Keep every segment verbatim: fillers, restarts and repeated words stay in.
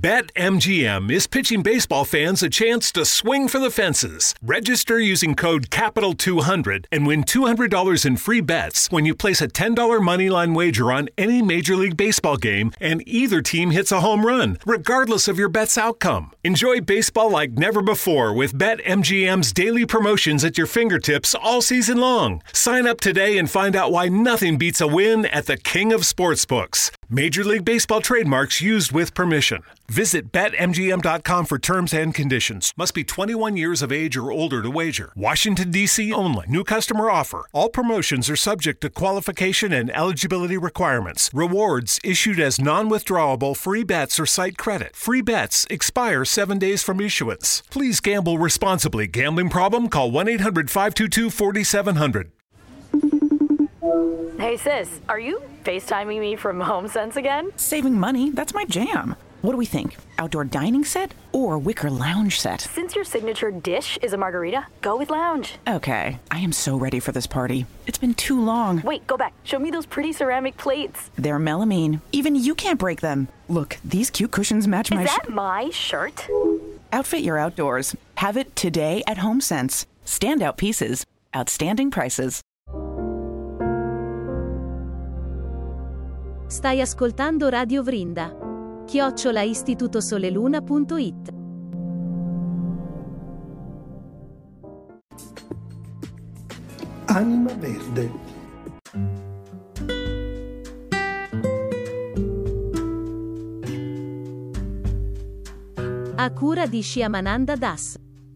BetMGM is pitching baseball fans a chance to swing for the fences. Register using code capital two hundred and win two hundred dollars in free bets when you place a ten dollars moneyline wager on any Major League Baseball game and either team hits a home run, regardless of your bet's outcome. Enjoy baseball like never before with BetMGM's daily promotions at your fingertips all season long. Sign up today and find out why nothing beats a win at the King of Sportsbooks. Major League Baseball trademarks used with permission. Visit Bet M G M dot com for terms and conditions. Must be twenty-one years of age or older to wager. Washington, D C only. New customer offer. All promotions are subject to qualification and eligibility requirements. Rewards issued as non-withdrawable free bets or site credit. Free bets expire seven days from issuance. Please gamble responsibly. Gambling problem? Call one eight hundred five two two four seven zero zero. Hey sis, are you FaceTiming me from HomeSense again? Saving money, that's my jam. What do we think? Outdoor dining set or wicker lounge set? Since your signature dish is a margarita, go with lounge. Okay, I am so ready for this party. It's been too long. Wait, go back. Show me those pretty ceramic plates. They're melamine. Even you can't break them. Look, these cute cushions match my... Is that sh- my shirt? Outfit your outdoors. Have it today at HomeSense. Standout pieces. Outstanding prices. Stai ascoltando Radio Vrinda. chiocciola istitutosoleluna punto it. Anima Verde. A cura di Shyamananda Das.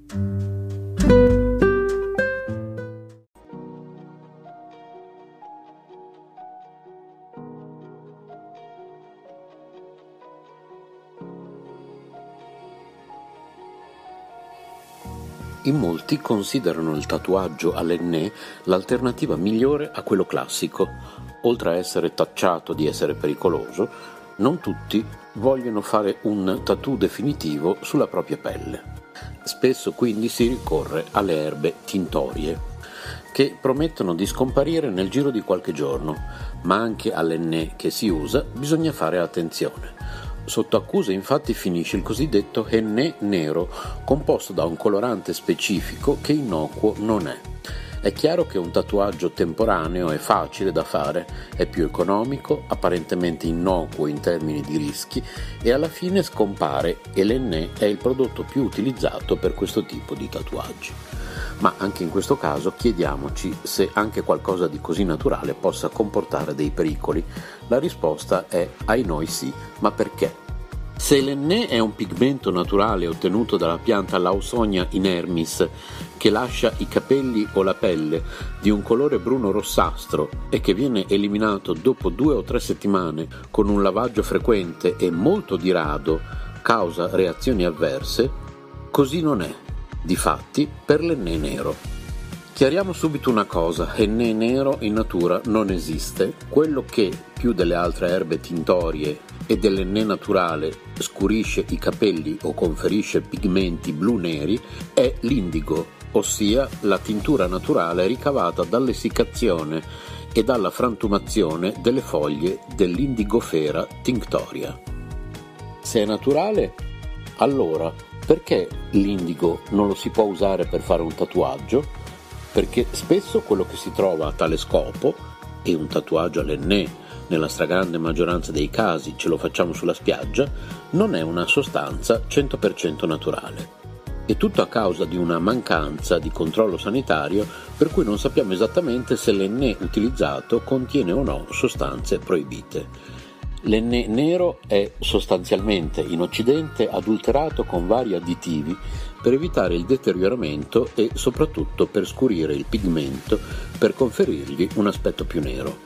In molti considerano il tatuaggio all'enne l'alternativa migliore a quello classico. Oltre a essere tacciato di essere pericoloso, non tutti vogliono fare un tattoo definitivo sulla propria pelle. Spesso quindi si ricorre alle erbe tintorie, che promettono di scomparire nel giro di qualche giorno, ma anche all'enne che si usa bisogna fare attenzione. Sotto accusa infatti finisce il cosiddetto henné nero, composto da un colorante specifico che innocuo non è. È chiaro che un tatuaggio temporaneo è facile da fare, è più economico, apparentemente innocuo in termini di rischi e alla fine scompare, e l'henné è il prodotto più utilizzato per questo tipo di tatuaggi. Ma anche in questo caso chiediamoci se anche qualcosa di così naturale possa comportare dei pericoli. La risposta è ahinoi sì, ma perché? Se l'henné è un pigmento naturale ottenuto dalla pianta Lawsonia inermis, che lascia i capelli o la pelle di un colore bruno rossastro e che viene eliminato dopo due o tre settimane con un lavaggio frequente e molto di rado causa reazioni avverse, così non è. Difatti, per l'henné nero. Chiariamo subito una cosa: henné nero in natura non esiste. Quello che, più delle altre erbe tintorie e dell'henné naturale, scurisce i capelli o conferisce pigmenti blu-neri è l'indigo, ossia la tintura naturale ricavata dall'essiccazione e dalla frantumazione delle foglie dell'indigofera tinctoria. Se è naturale, allora perché l'indigo non lo si può usare per fare un tatuaggio? Perché spesso quello che si trova a tale scopo, e un tatuaggio all'henné nella stragrande maggioranza dei casi ce lo facciamo sulla spiaggia, non è una sostanza cento per cento naturale. È tutto a causa di una mancanza di controllo sanitario, per cui non sappiamo esattamente se l'henné utilizzato contiene o no sostanze proibite. L'henné nero è sostanzialmente in Occidente adulterato con vari additivi per evitare il deterioramento e soprattutto per scurire il pigmento per conferirgli un aspetto più nero.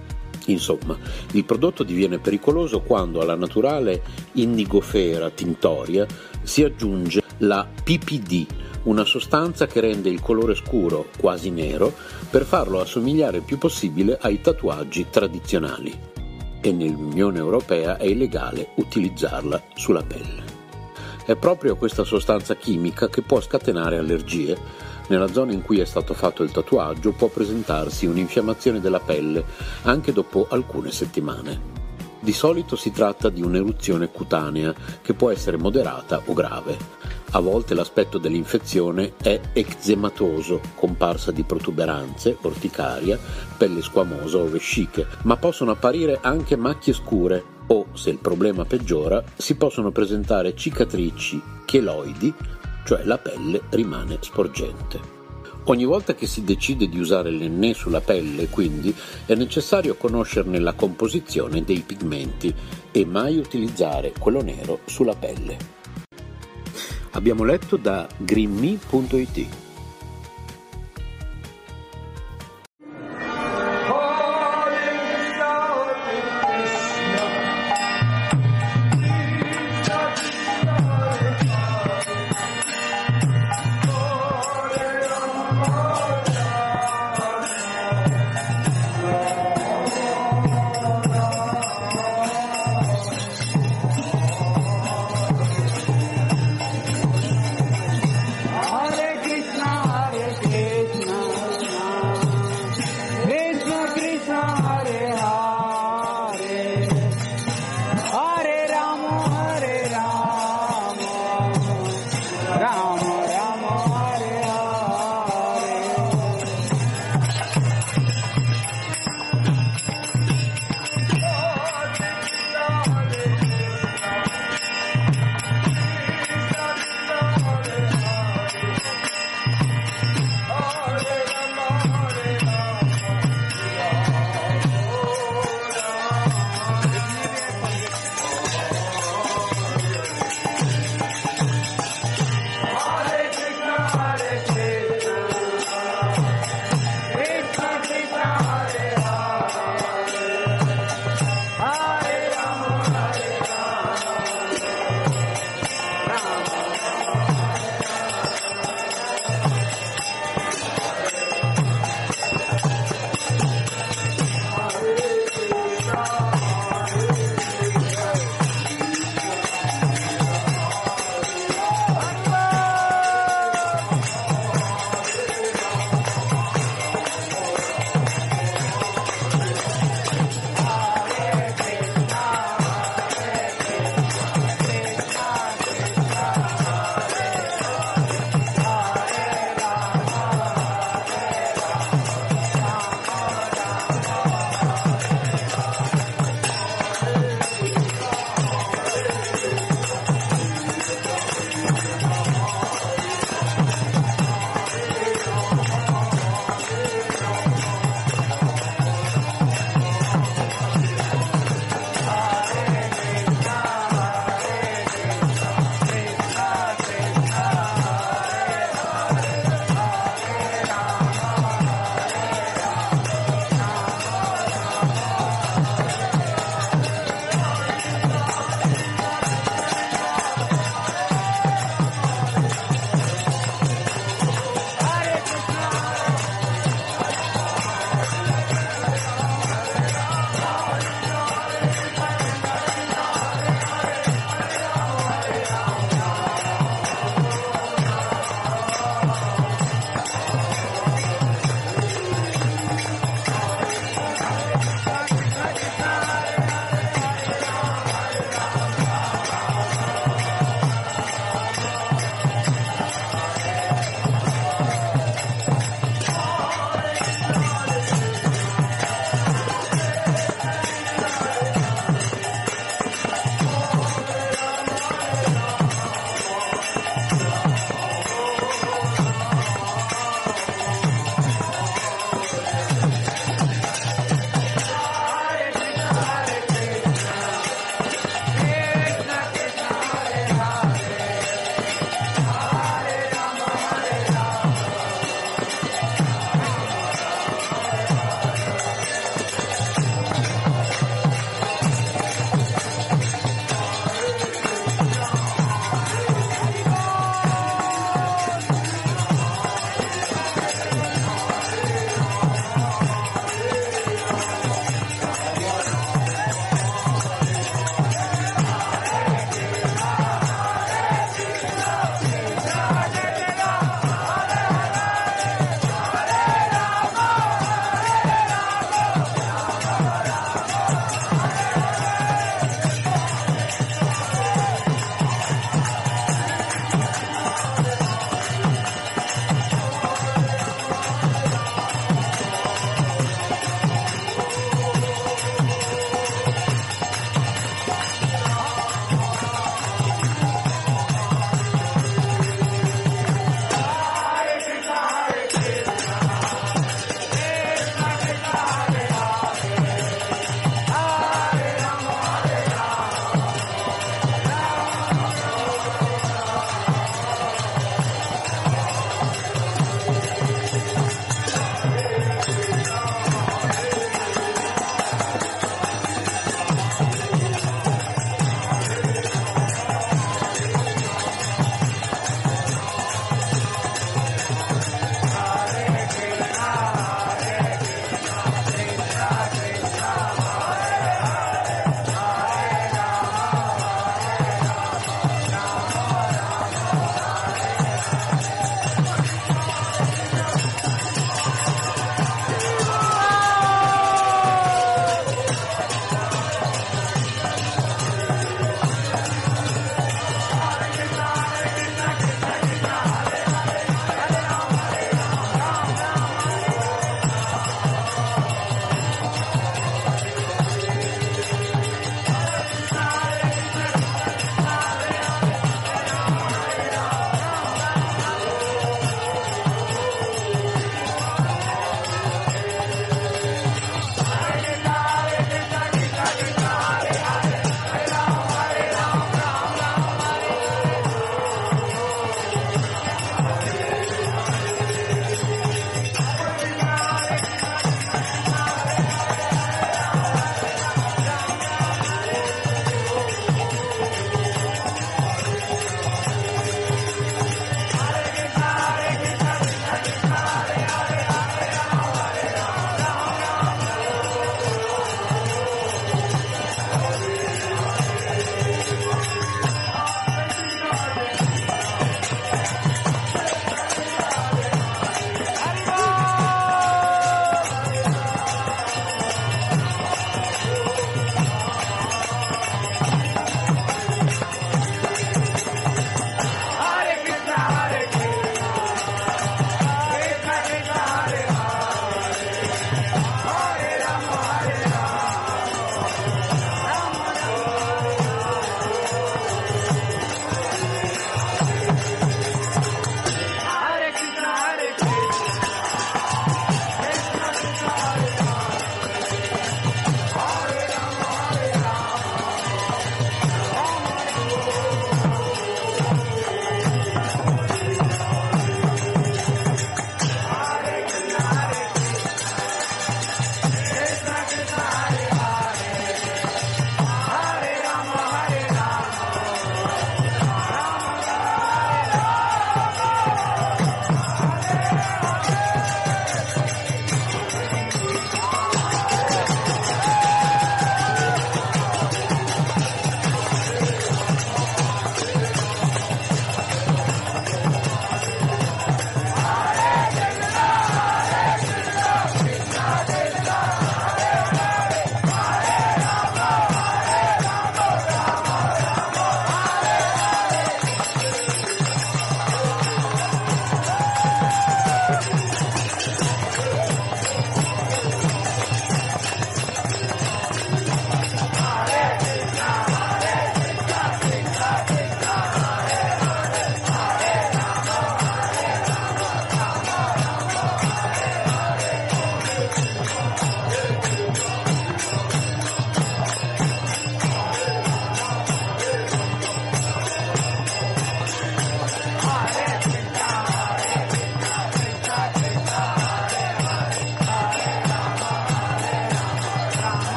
Insomma, il prodotto diviene pericoloso quando alla naturale indigofera tinctoria si aggiunge la P P D, una sostanza che rende il colore scuro, quasi nero, per farlo assomigliare il più possibile ai tatuaggi tradizionali. E nell'Unione Europea è illegale utilizzarla sulla pelle. È proprio questa sostanza chimica che può scatenare allergie. Nella zona in cui è stato fatto il tatuaggio può presentarsi un'infiammazione della pelle anche dopo alcune settimane. Di solito si tratta di un'eruzione cutanea che può essere moderata o grave. A volte l'aspetto dell'infezione è eczematoso, comparsa di protuberanze, orticaria, pelle squamosa o vesciche, ma possono apparire anche macchie scure o, se il problema peggiora, si possono presentare cicatrici cheloidi, cioè la pelle rimane sporgente. Ogni volta che si decide di usare l'Ennè sulla pelle, quindi, è necessario conoscerne la composizione dei pigmenti e mai utilizzare quello nero sulla pelle. Abbiamo letto da greenme punto it. Krishna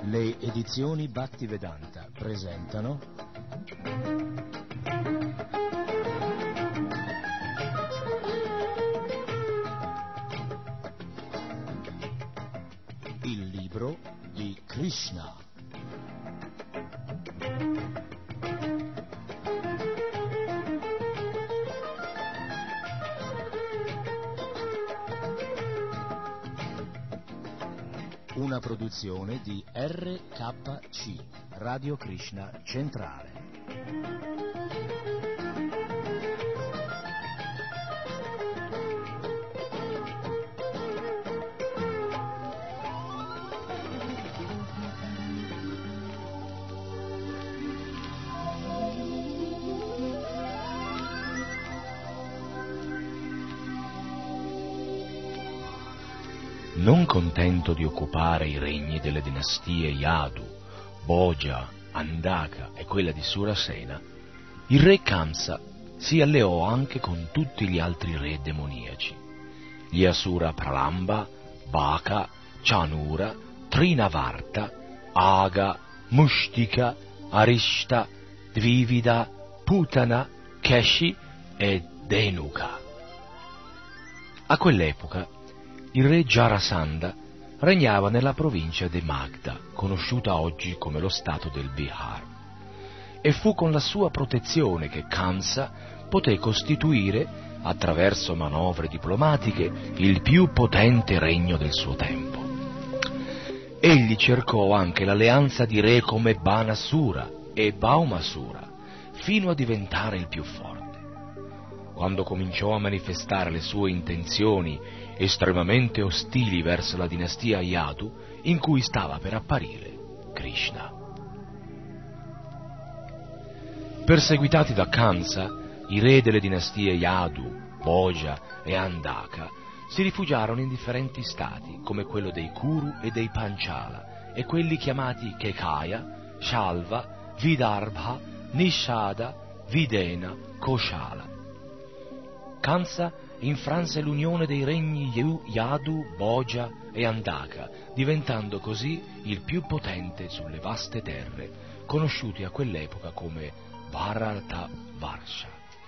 Le edizioni Bhaktivedanta presentano il libro di Krishna. Una produzione di R K C, Radio Krishna Centrale. Non contento di occupare i regni delle dinastie Yadu, Bhoja, Andaka e quella di Surasena, il re Kamsa si alleò anche con tutti gli altri re demoniaci, gli Asura Pralamba, Baka, Chanura, Trinavarta, Aga, Mushtika, Arishta, Dvivida, Putana, Keshi e Denuka. A quell'epoca il re Jarasandha regnava nella provincia di Magda, conosciuta oggi come lo stato del Bihar, e fu con la sua protezione che Kamsa poté costituire, attraverso manovre diplomatiche, il più potente regno del suo tempo. Egli cercò anche l'alleanza di re come Banasura e Baumasura, fino a diventare il più forte. Quando cominciò a manifestare le sue intenzioni estremamente ostili verso la dinastia Yadu, in cui stava per apparire Krishna. Perseguitati da Kamsa, i re delle dinastie Yadu, Bhoja e Andaka si rifugiarono in differenti stati, come quello dei Kuru e dei Panchala, e quelli chiamati Kekaya, Shalva, Vidarbha, Nishada, Videna, Koshala. Kamsa infranse l'unione dei regni Yadu, Bhoja e Andaka, diventando così il più potente sulle vaste terre, conosciuti a quell'epoca come Bharatavarsha.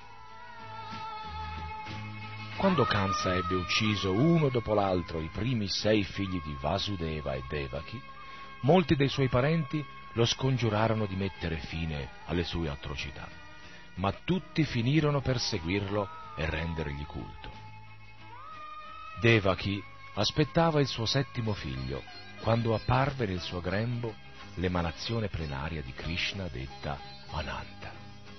Quando Kamsa ebbe ucciso uno dopo l'altro i primi sei figli di Vasudeva e Devaki, molti dei suoi parenti lo scongiurarono di mettere fine alle sue atrocità, ma tutti finirono per seguirlo e rendergli culto. Devaki aspettava il suo settimo figlio quando apparve nel suo grembo l'emanazione plenaria di Krishna detta Ananta.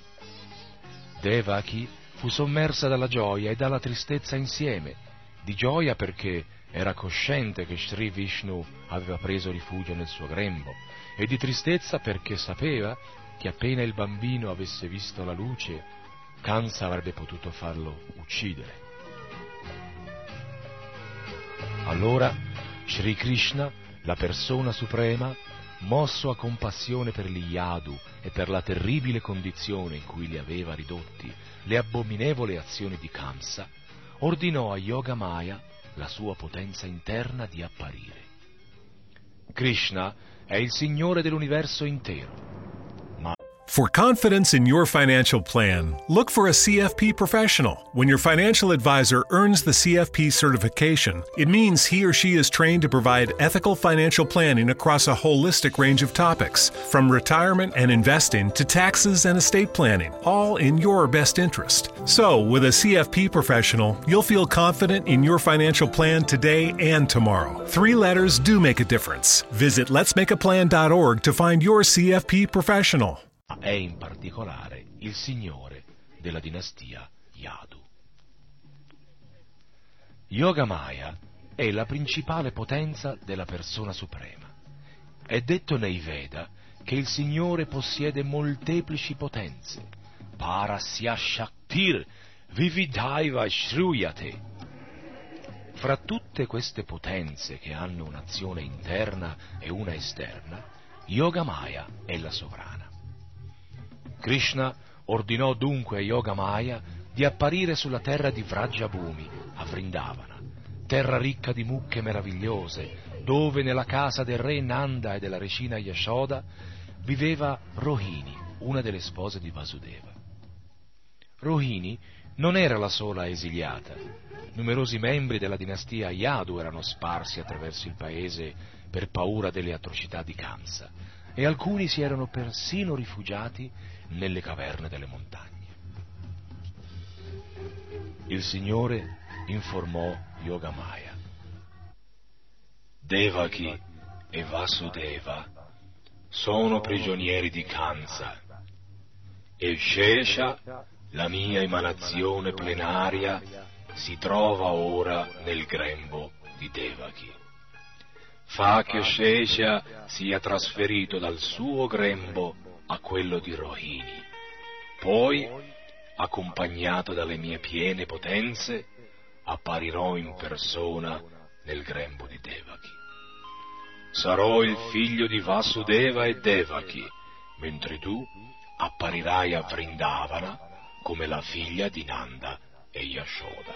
Devaki fu sommersa dalla gioia e dalla tristezza insieme, di gioia perché era cosciente che Sri Vishnu aveva preso rifugio nel suo grembo, e di tristezza perché sapeva che appena il bambino avesse visto la luce, Kamsa avrebbe potuto farlo uccidere. Allora Sri Krishna, la persona suprema, mosso a compassione per gli Yadu e per la terribile condizione in cui li aveva ridotti le abominevoli azioni di Kamsa, ordinò a Yogamaya, la sua potenza interna, di apparire. Krishna è il Signore dell'universo intero. For confidence in your financial plan, look for a C F P professional. When your financial advisor earns the C F P certification, it means he or she is trained to provide ethical financial planning across a holistic range of topics, from retirement and investing to taxes and estate planning, all in your best interest. So, with a C F P professional, you'll feel confident in your financial plan today and tomorrow. Three letters do make a difference. Visit lets make a plan dot org to find your C F P professional. È in particolare il signore della dinastia Yadu. Yogamaya è la principale potenza della persona suprema. È detto nei Veda che il Signore possiede molteplici potenze. Parasya Shaktir Vividhaiva Shruyate. Fra tutte queste potenze che hanno un'azione interna e una esterna, Yogamaya è la sovrana. Krishna ordinò dunque a Yogamaya di apparire sulla terra di Vrajabhumi, a Vrindavana, terra ricca di mucche meravigliose, dove nella casa del re Nanda e della regina Yashoda viveva Rohini, una delle spose di Vasudeva. Rohini non era la sola esiliata. Numerosi membri della dinastia Yadu erano sparsi attraverso il paese per paura delle atrocità di Kamsa, e alcuni si erano persino rifugiati nelle caverne delle montagne. Il Signore informò Yogamaya: Devaki e Vasudeva sono prigionieri di Kamsa e Shesha, la mia emanazione plenaria, si trova ora nel grembo di Devaki. Fa che Shesha sia trasferito dal suo grembo a quello di Rohini. Poi, accompagnato dalle mie piene potenze, apparirò in persona nel grembo di Devaki. Sarò il figlio di Vasudeva e Devaki, mentre tu apparirai a Vrindavana come la figlia di Nanda e Yashoda.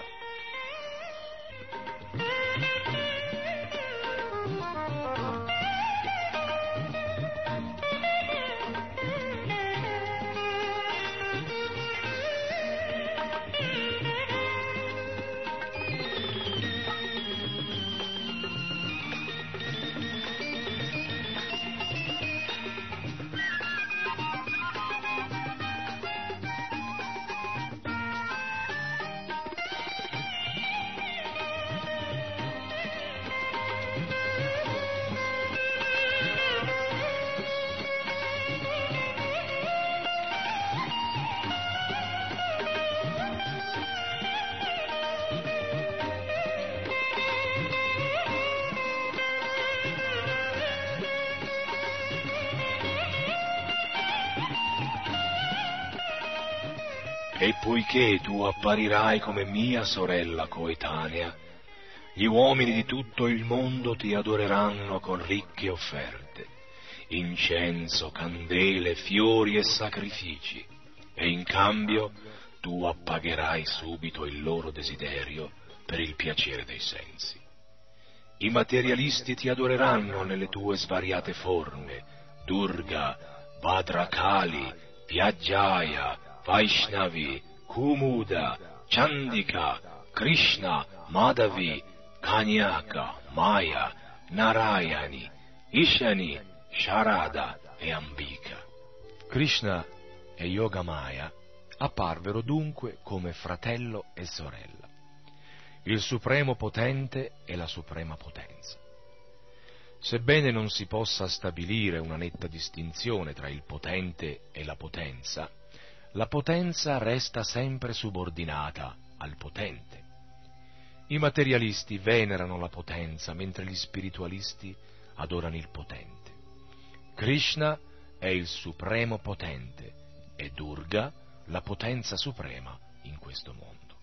E poiché tu apparirai come mia sorella coetanea, gli uomini di tutto il mondo ti adoreranno con ricche offerte, incenso, candele, fiori e sacrifici, e in cambio tu appagherai subito il loro desiderio per il piacere dei sensi. I materialisti ti adoreranno nelle tue svariate forme: Durga, Bhadrakali, Vyajaya, Vaishnavi, Kumuda, Chandika, Krishna, Madhavi, Kanyaka, Maya, Narayani, Ishani, Sharada e Ambika. Krishna e Yogamaya apparvero dunque come fratello e sorella, il Supremo Potente e la Suprema Potenza. Sebbene non si possa stabilire una netta distinzione tra il potente e la potenza, la potenza resta sempre subordinata al potente. I materialisti venerano la potenza, mentre gli spiritualisti adorano il potente. Krishna è il supremo potente e Durga la potenza suprema in questo mondo.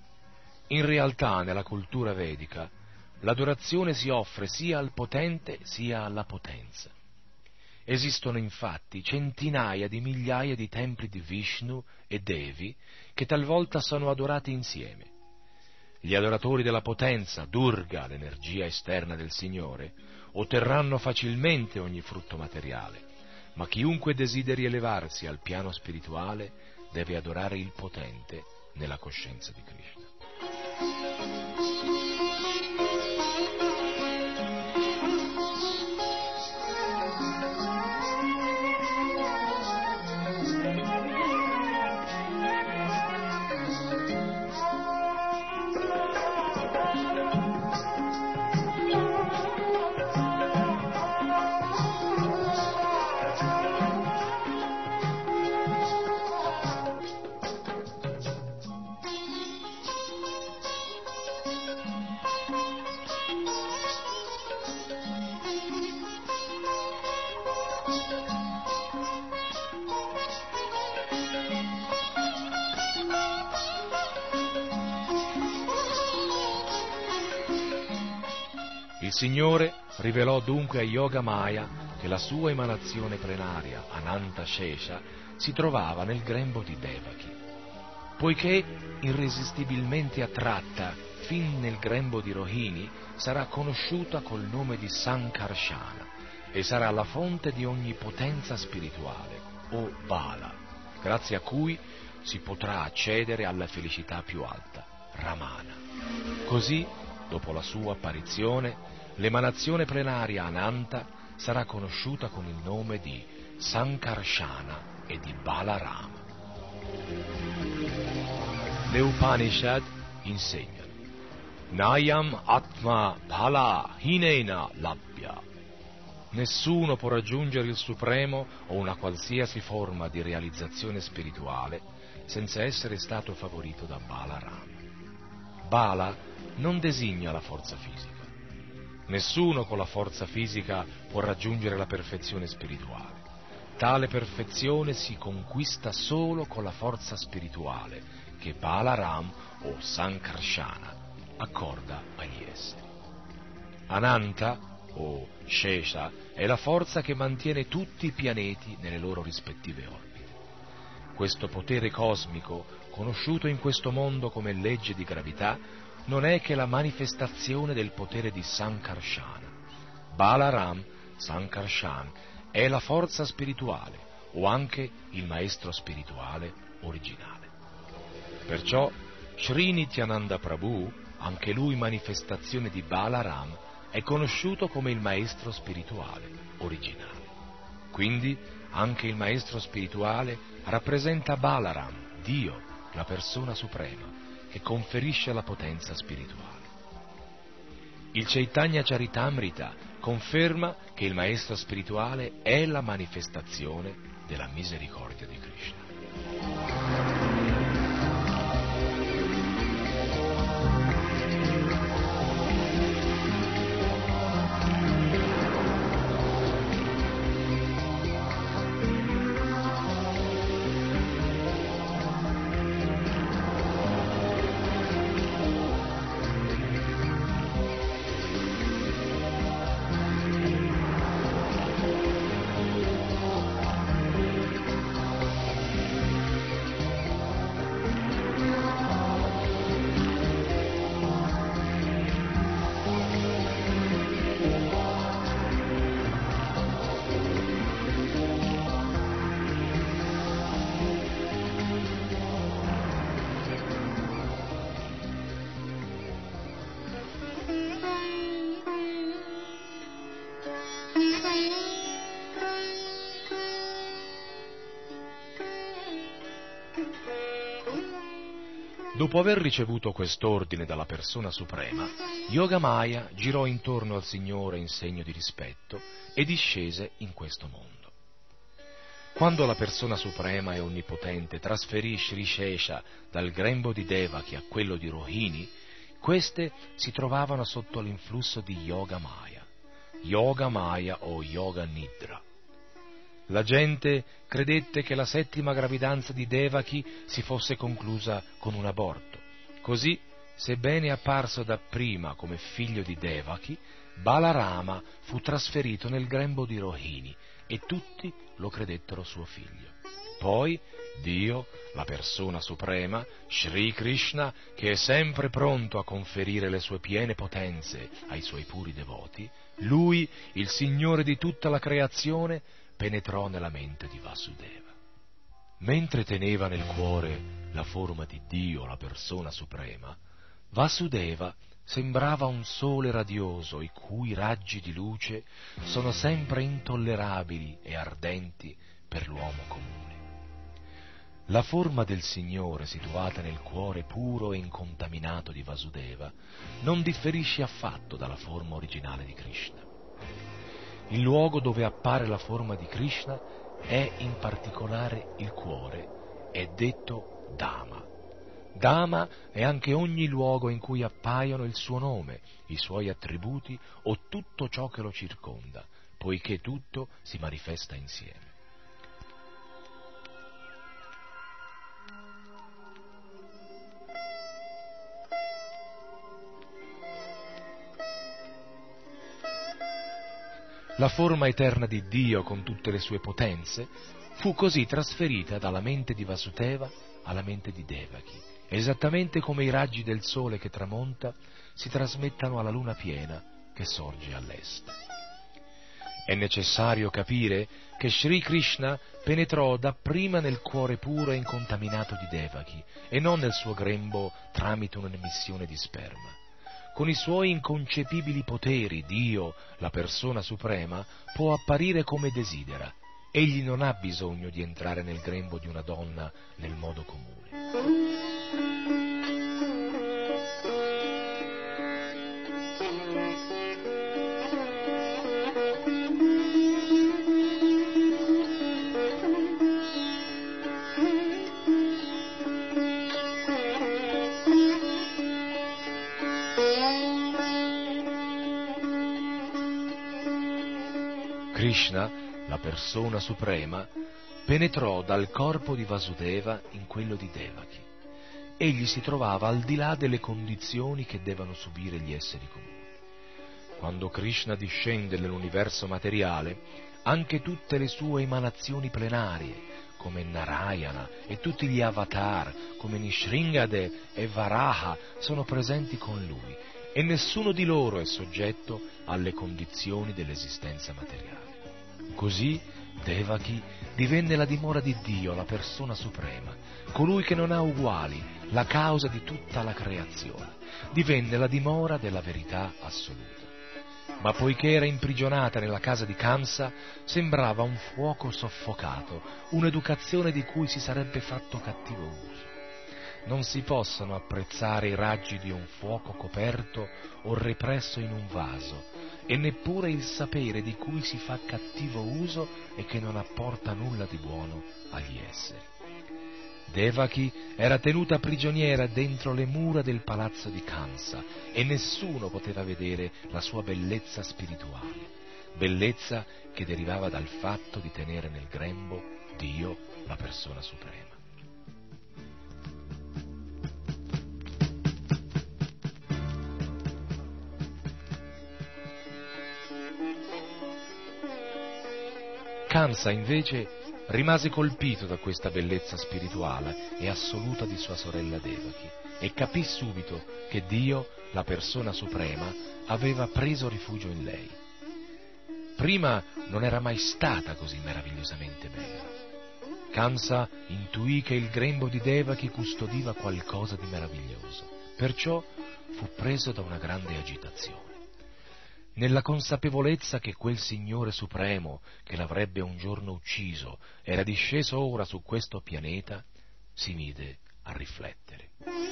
In realtà, nella cultura vedica, l'adorazione si offre sia al potente sia alla potenza. Esistono infatti centinaia di migliaia di templi di Vishnu e Devi che talvolta sono adorati insieme. Gli adoratori della potenza, Durga, l'energia esterna del Signore, otterranno facilmente ogni frutto materiale, ma chiunque desideri elevarsi al piano spirituale deve adorare il potente nella coscienza di Krishna. Il Signore rivelò dunque a Yogamaya che la sua emanazione plenaria, Ananta Shesha, si trovava nel grembo di Devaki. Poiché irresistibilmente attratta fin nel grembo di Rohini sarà conosciuta col nome di Sankarsana e sarà la fonte di ogni potenza spirituale, o Bala, grazie a cui si potrà accedere alla felicità più alta, Ramana. Così, dopo la sua apparizione, l'emanazione plenaria Ananta sarà conosciuta con il nome di Sankarsana e di Balarama. Le Upanishad insegnano: Nayam Atma Bhala Hinena Labhya. Nessuno può raggiungere il Supremo o una qualsiasi forma di realizzazione spirituale senza essere stato favorito da Balarama. Bala non designa la forza fisica. Nessuno con la forza fisica può raggiungere la perfezione spirituale. Tale perfezione si conquista solo con la forza spirituale che Balaram o Sankarsana accorda agli esseri. Ananta o Shesha è la forza che mantiene tutti i pianeti nelle loro rispettive orbite. Questo potere cosmico, conosciuto in questo mondo come legge di gravità, non è che la manifestazione del potere di Sankarsana. Balaram, Sankarsana, è la forza spirituale o anche il maestro spirituale originale. Perciò Sri Nityananda Prabhu, anche lui manifestazione di Balaram, è conosciuto come il maestro spirituale originale. Quindi anche il maestro spirituale rappresenta Balaram, Dio, la persona suprema, che conferisce la potenza spirituale. Il Chaitanya Charitamrita conferma che il maestro spirituale è la manifestazione della misericordia di Krishna. Dopo aver ricevuto quest'ordine dalla persona suprema, Yogamaya girò intorno al Signore in segno di rispetto e discese in questo mondo. Quando la persona suprema e onnipotente trasferì Sri Shesha dal grembo di Devaki a quello di Rohini, queste si trovavano sotto l'influsso di Yogamaya, Yogamaya o Yoga Nidra. La gente credette che la settima gravidanza di Devaki si fosse conclusa con un aborto. Così, sebbene apparso dapprima come figlio di Devaki, Balarama fu trasferito nel grembo di Rohini e tutti lo credettero suo figlio. Poi Dio, la persona suprema, Sri Krishna, che è sempre pronto a conferire le sue piene potenze ai suoi puri devoti, lui, il Signore di tutta la creazione, penetrò nella mente di Vasudeva. Mentre teneva nel cuore la forma di Dio, la persona suprema, Vasudeva sembrava un sole radioso i cui raggi di luce sono sempre intollerabili e ardenti per l'uomo comune. La forma del Signore situata nel cuore puro e incontaminato di Vasudeva non differisce affatto dalla forma originale di Krishna. Il luogo dove appare la forma di Krishna è in particolare il cuore, è detto Dhamma. Dhamma è anche ogni luogo in cui appaiono il suo nome, i suoi attributi o tutto ciò che lo circonda, poiché tutto si manifesta insieme. La forma eterna di Dio con tutte le sue potenze fu così trasferita dalla mente di Vasudeva alla mente di Devaki esattamente come i raggi del sole che tramonta si trasmettano alla luna piena che sorge all'est. È necessario capire che Sri Krishna penetrò dapprima nel cuore puro e incontaminato di Devaki e non nel suo grembo tramite un'emissione di sperma. Con i suoi inconcepibili poteri, Dio, la persona suprema, può apparire come desidera. Egli non ha bisogno di entrare nel grembo di una donna nel modo comune. Krishna, la persona suprema, penetrò dal corpo di Vasudeva in quello di Devaki. Egli si trovava al di là delle condizioni che devono subire gli esseri comuni. Quando Krishna discende nell'universo materiale, anche tutte le sue emanazioni plenarie, come Narayana, e tutti gli avatar, come Nishringade e Varaha, sono presenti con lui, e nessuno di loro è soggetto alle condizioni dell'esistenza materiale. Così Devaki divenne la dimora di Dio, la persona suprema, colui che non ha uguali, la causa di tutta la creazione. Divenne la dimora della verità assoluta. Ma poiché era imprigionata nella casa di Kamsa, sembrava un fuoco soffocato, un'educazione di cui si sarebbe fatto cattivo uso. Non si possono apprezzare i raggi di un fuoco coperto o represso in un vaso, e neppure il sapere di cui si fa cattivo uso e che non apporta nulla di buono agli esseri. Devaki era tenuta prigioniera dentro le mura del palazzo di Kamsa e nessuno poteva vedere la sua bellezza spirituale, bellezza che derivava dal fatto di tenere nel grembo Dio, la persona suprema. Kamsa invece rimase colpito da questa bellezza spirituale e assoluta di sua sorella Devaki e capì subito che Dio, la persona suprema, aveva preso rifugio in lei. Prima non era mai stata così meravigliosamente bella. Kamsa intuì che il grembo di Devaki custodiva qualcosa di meraviglioso, perciò fu preso da una grande agitazione. Nella consapevolezza che quel Signore Supremo, che l'avrebbe un giorno ucciso, era disceso ora su questo pianeta, si mise a riflettere.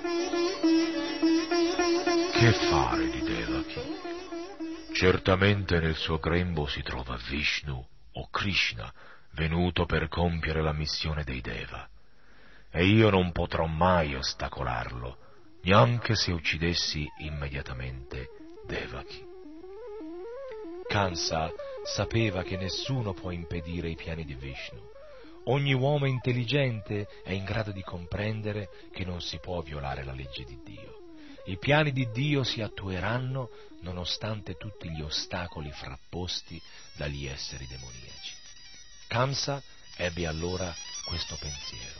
Che fare di Devaki? Certamente nel suo grembo si trova Vishnu o Krishna, venuto per compiere la missione dei Deva, e io non potrò mai ostacolarlo, neanche se uccidessi immediatamente Devaki. Kamsa sapeva che nessuno può impedire i piani di Vishnu. Ogni uomo intelligente è in grado di comprendere che non si può violare la legge di Dio. I piani di Dio si attueranno nonostante tutti gli ostacoli frapposti dagli esseri demoniaci. Kamsa ebbe allora questo pensiero.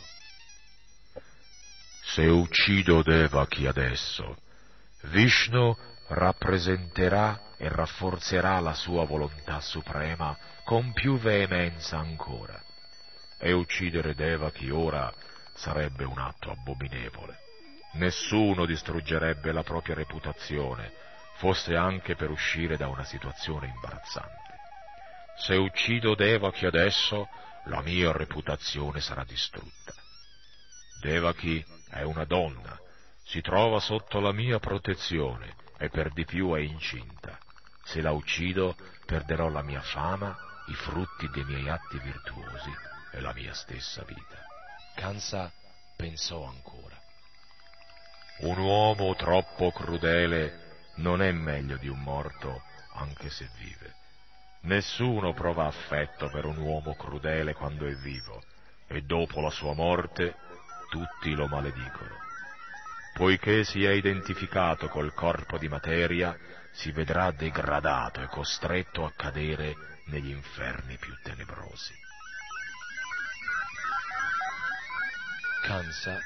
Se uccido Devaki adesso, Vishnu rappresenterà e rafforzerà la sua volontà suprema con più veemenza ancora, e uccidere Devaki ora sarebbe un atto abominevole. Nessuno distruggerebbe la propria reputazione, fosse anche per uscire da una situazione imbarazzante. Se uccido Devaki adesso, la mia reputazione sarà distrutta. Devaki è una donna, si trova sotto la mia protezione e per di più è incinta. Se la uccido, perderò la mia fama, i frutti dei miei atti virtuosi e la mia stessa vita. Kamsa pensò ancora. Un uomo troppo crudele non è meglio di un morto, anche se vive. Nessuno prova affetto per un uomo crudele quando è vivo, e dopo la sua morte tutti lo maledicono. Poiché si è identificato col corpo di materia, si vedrà degradato e costretto a cadere negli inferni più tenebrosi. Kamsa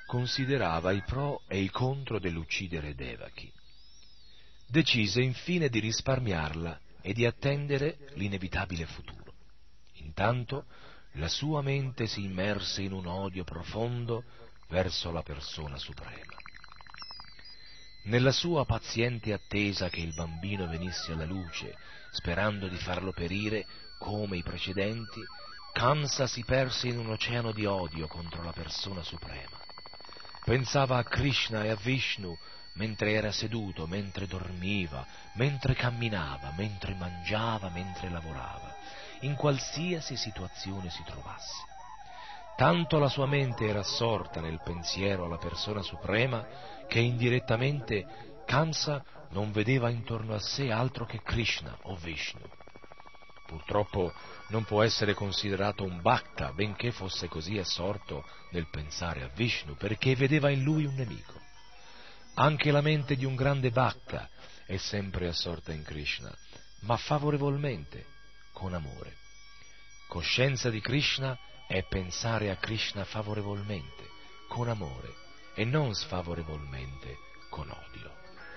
considerava i pro e i contro dell'uccidere Devaki. Decise infine di risparmiarla e di attendere l'inevitabile futuro. Intanto la sua mente si immerse in un odio profondo verso la persona suprema. Nella sua paziente attesa che il bambino venisse alla luce, sperando di farlo perire come i precedenti, Kamsa si perse in un oceano di odio contro la persona suprema. Pensava a Krishna e a Vishnu mentre era seduto, mentre dormiva, mentre camminava, mentre mangiava, mentre lavorava, in qualsiasi situazione si trovasse. Tanto la sua mente era assorta nel pensiero alla persona suprema che indirettamente Kamsa non vedeva intorno a sé altro che Krishna o Vishnu. Purtroppo non può essere considerato un bhakta, benché fosse così assorto nel pensare a Vishnu, perché vedeva in lui un nemico. Anche la mente di un grande bhakta è sempre assorta in Krishna, ma favorevolmente, con amore. Coscienza di Krishna è pensare a Krishna favorevolmente, con amore, e non sfavorevolmente, con odio.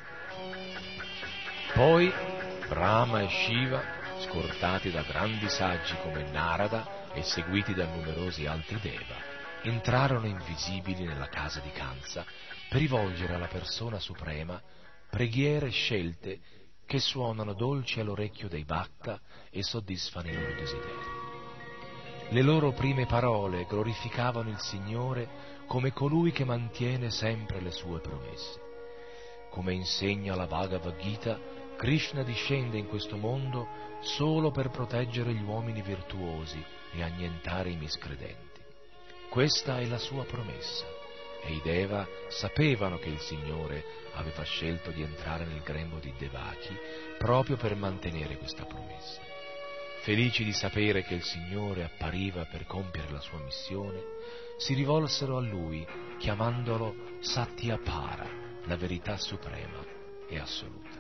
Poi Brahma e Shiva, scortati da grandi saggi come Narada e seguiti da numerosi altri Deva, entrarono invisibili nella casa di Kamsa per rivolgere alla persona suprema preghiere scelte che suonano dolci all'orecchio dei bhakta e soddisfano i loro desideri. Le loro prime parole glorificavano il Signore come colui che mantiene sempre le sue promesse. Come insegna la Bhagavad Gita, Krishna discende in questo mondo solo per proteggere gli uomini virtuosi e annientare i miscredenti. Questa è la sua promessa, e i Deva sapevano che il Signore aveva scelto di entrare nel grembo di Devaki proprio per mantenere questa promessa. Felici di sapere che il Signore appariva per compiere la sua missione, si rivolsero a Lui chiamandolo Satyapara, la verità suprema e assoluta.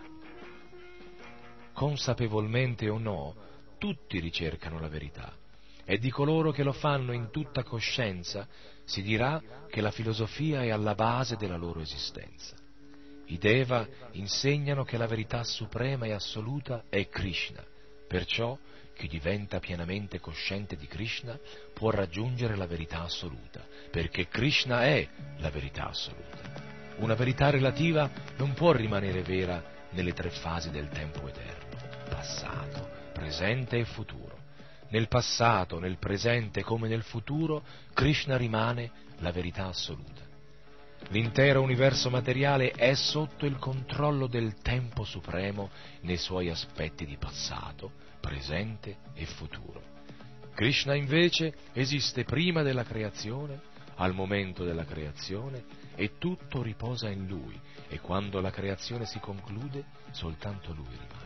Consapevolmente o no, tutti ricercano la verità, e di coloro che lo fanno in tutta coscienza si dirà che la filosofia è alla base della loro esistenza. I Deva insegnano che la verità suprema e assoluta è Krishna, perciò chi diventa pienamente cosciente di Krishna può raggiungere la verità assoluta, perché Krishna è la verità assoluta. Una verità relativa non può rimanere vera nelle tre fasi del tempo eterno, passato, presente e futuro. Nel passato, nel presente come nel futuro, Krishna rimane la verità assoluta. L'intero universo materiale è sotto il controllo del tempo supremo nei suoi aspetti di passato, presente e futuro. Krishna invece esiste prima della creazione, al momento della creazione, e tutto riposa in Lui, e quando la creazione si conclude, soltanto Lui rimane.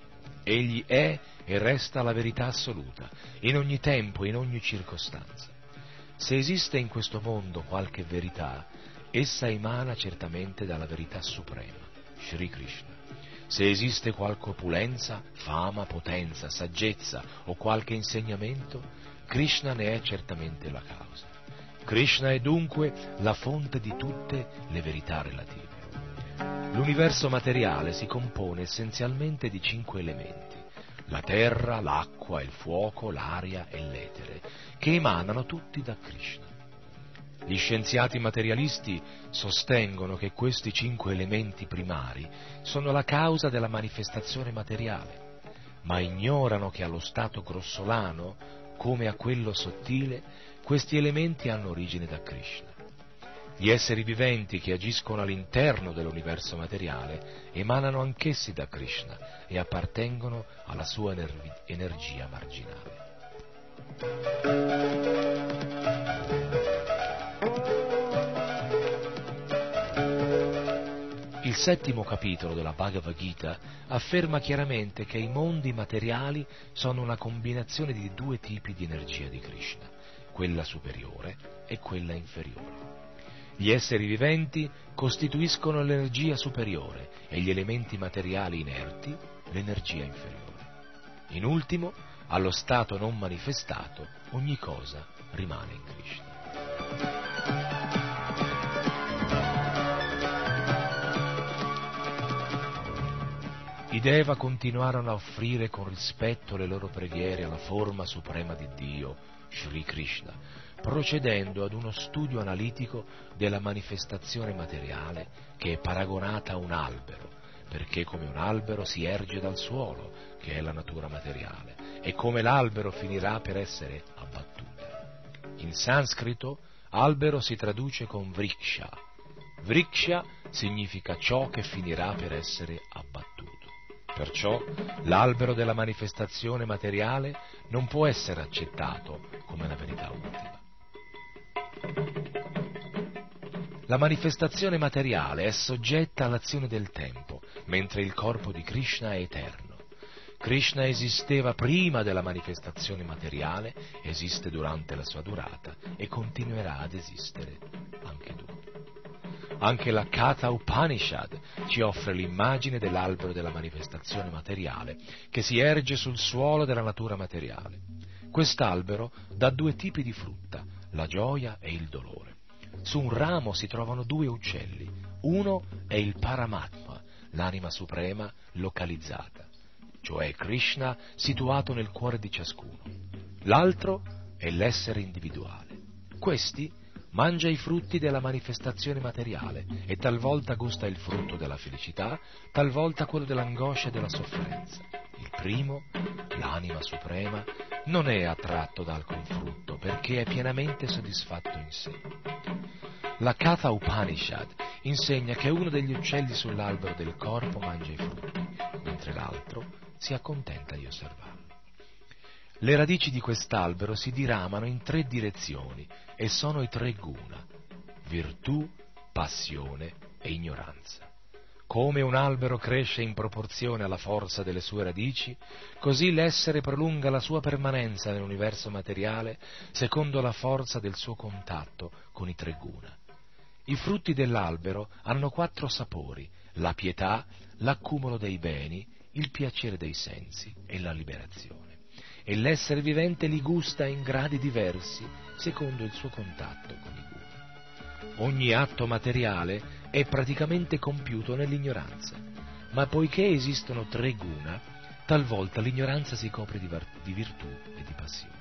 Egli è e resta la verità assoluta, in ogni tempo e in ogni circostanza. Se esiste in questo mondo qualche verità, essa emana certamente dalla verità suprema, Shri Krishna. Se esiste qualche opulenza, fama, potenza, saggezza o qualche insegnamento, Krishna ne è certamente la causa. Krishna è dunque la fonte di tutte le verità relative. L'universo materiale si compone essenzialmente di cinque elementi: la terra, l'acqua, il fuoco, l'aria e l'etere, che emanano tutti da Krishna. Gli scienziati materialisti sostengono che questi cinque elementi primari sono la causa della manifestazione materiale, ma ignorano che allo stato grossolano, come a quello sottile, questi elementi hanno origine da Krishna. Gli esseri viventi che agiscono all'interno dell'universo materiale emanano anch'essi da Krishna e appartengono alla sua ener- energia marginale. Il settimo capitolo della Bhagavad Gita afferma chiaramente che i mondi materiali sono una combinazione di due tipi di energia di Krishna, quella superiore e quella inferiore. Gli esseri viventi costituiscono l'energia superiore e gli elementi materiali inerti l'energia inferiore. In ultimo, allo stato non manifestato, ogni cosa rimane in Krishna. I Deva continuarono a offrire con rispetto le loro preghiere alla forma suprema di Dio, Sri Krishna, procedendo ad uno studio analitico della manifestazione materiale che è paragonata a un albero, perché come un albero si erge dal suolo, che è la natura materiale, e come l'albero finirà per essere abbattuta. In sanscrito, albero si traduce con vriksha. Vriksha significa ciò che finirà per essere abbattuto. Perciò l'albero della manifestazione materiale non può essere accettato come la verità ultima. La manifestazione materiale è soggetta all'azione del tempo, mentre il corpo di Krishna è eterno. Krishna esisteva prima della manifestazione materiale, esiste durante la sua durata e continuerà ad esistere anche dopo. Anche la Katha Upanishad ci offre l'immagine dell'albero della manifestazione materiale che si erge sul suolo della natura materiale. Quest'albero dà due tipi di frutta, la gioia e il dolore. Su un ramo si trovano due uccelli, uno è il Paramatma, l'anima suprema localizzata, cioè Krishna situato nel cuore di ciascuno. L'altro è l'essere individuale. Questi mangia i frutti della manifestazione materiale e talvolta gusta il frutto della felicità, talvolta quello dell'angoscia e della sofferenza. Il primo, l'anima suprema, non è attratto da alcun frutto perché è pienamente soddisfatto in sé. La Katha Upanishad insegna che uno degli uccelli sull'albero del corpo mangia i frutti, mentre l'altro si accontenta di osservarlo. Le radici di quest'albero si diramano in tre direzioni e sono i tre guna: virtù, passione e ignoranza. Come un albero cresce in proporzione alla forza delle sue radici, così l'essere prolunga la sua permanenza nell'universo materiale secondo la forza del suo contatto con i tre guna. I frutti dell'albero hanno quattro sapori: la pietà, l'accumulo dei beni, il piacere dei sensi e la liberazione. E l'essere vivente li gusta in gradi diversi secondo il suo contatto con i guna. Ogni atto materiale è praticamente compiuto nell'ignoranza, ma poiché esistono tre guna, talvolta l'ignoranza si copre di, var- di virtù e di passione.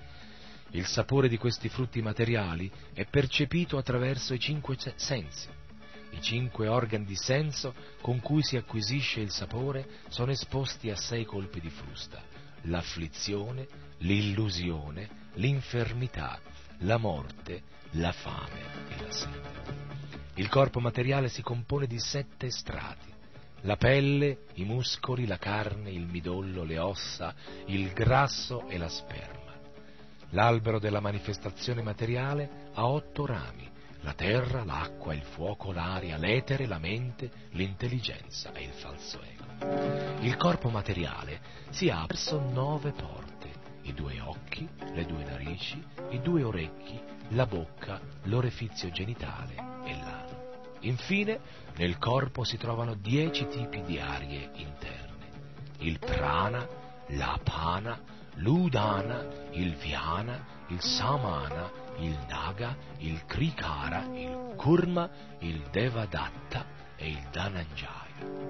Il sapore di questi frutti materiali è percepito attraverso i cinque sensi. I cinque organi di senso con cui si acquisisce il sapore sono esposti a sei colpi di frusta: l'afflizione, l'illusione, l'infermità, la morte, la fame e la sete. Il corpo materiale si compone di sette strati: la pelle, i muscoli, la carne, il midollo, le ossa, il grasso e la sperma. L'albero della manifestazione materiale ha otto rami: la terra, l'acqua, il fuoco, l'aria, l'etere, la mente, l'intelligenza e il falso ego. Il corpo materiale si apre verso nove porte: i due occhi, le due narici, i due orecchi, la bocca, l'orefizio genitale e l'ano. Infine, nel corpo si trovano dieci tipi di arie interne: il prana, l'apana, l'udana, il vyana, il samana, il naga, il krikara, il kurma, il devadatta e il dhananjaya.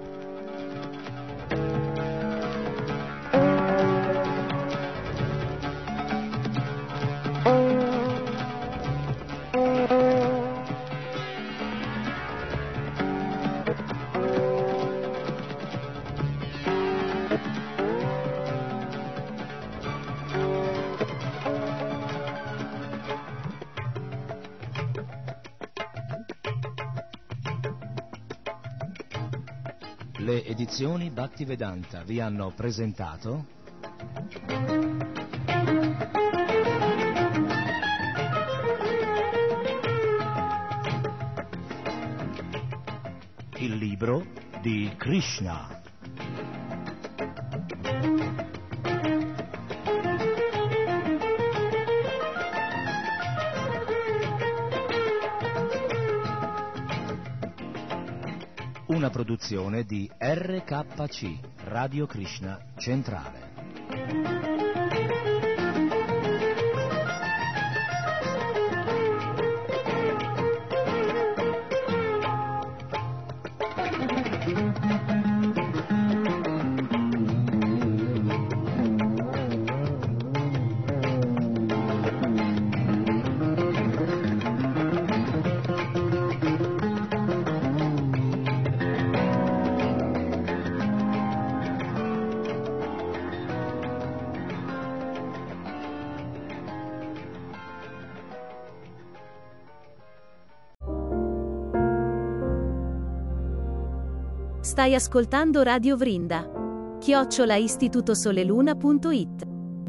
Le edizioni Bhaktivedanta vi hanno presentato il libro di Krishna. Una produzione di R K C, Radio Krishna Centrale. Stai ascoltando Radio Vrinda. chiocciola istitutosoleluna punto it.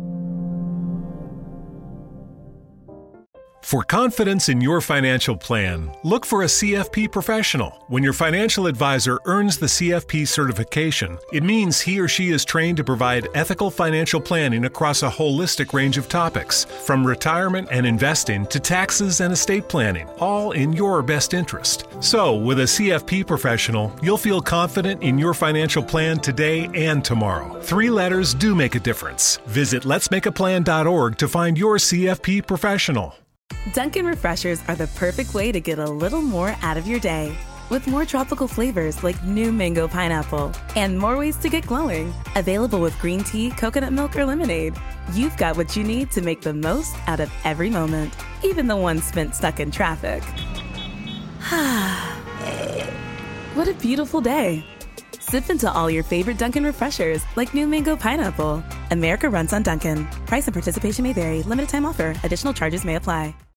For confidence in your financial plan, look for a C F P professional. When your financial advisor earns the C F P certification, it means he or she is trained to provide ethical financial planning across a holistic range of topics, from retirement and investing to taxes and estate planning, all in your best interest. So, with a C F P professional, you'll feel confident in your financial plan today and tomorrow. Three letters do make a difference. Visit lets make a plan dot org to find your C F P professional. Dunkin' Refreshers are the perfect way to get a little more out of your day. With more tropical flavors like new mango pineapple and more ways to get glowing. Available with green tea, coconut milk, or lemonade. You've got what you need to make the most out of every moment, even the ones spent stuck in traffic. What a beautiful day. Sip into all your favorite Dunkin' Refreshers like new mango pineapple. America runs on Dunkin'. Price and participation may vary. Limited time offer. Additional charges may apply.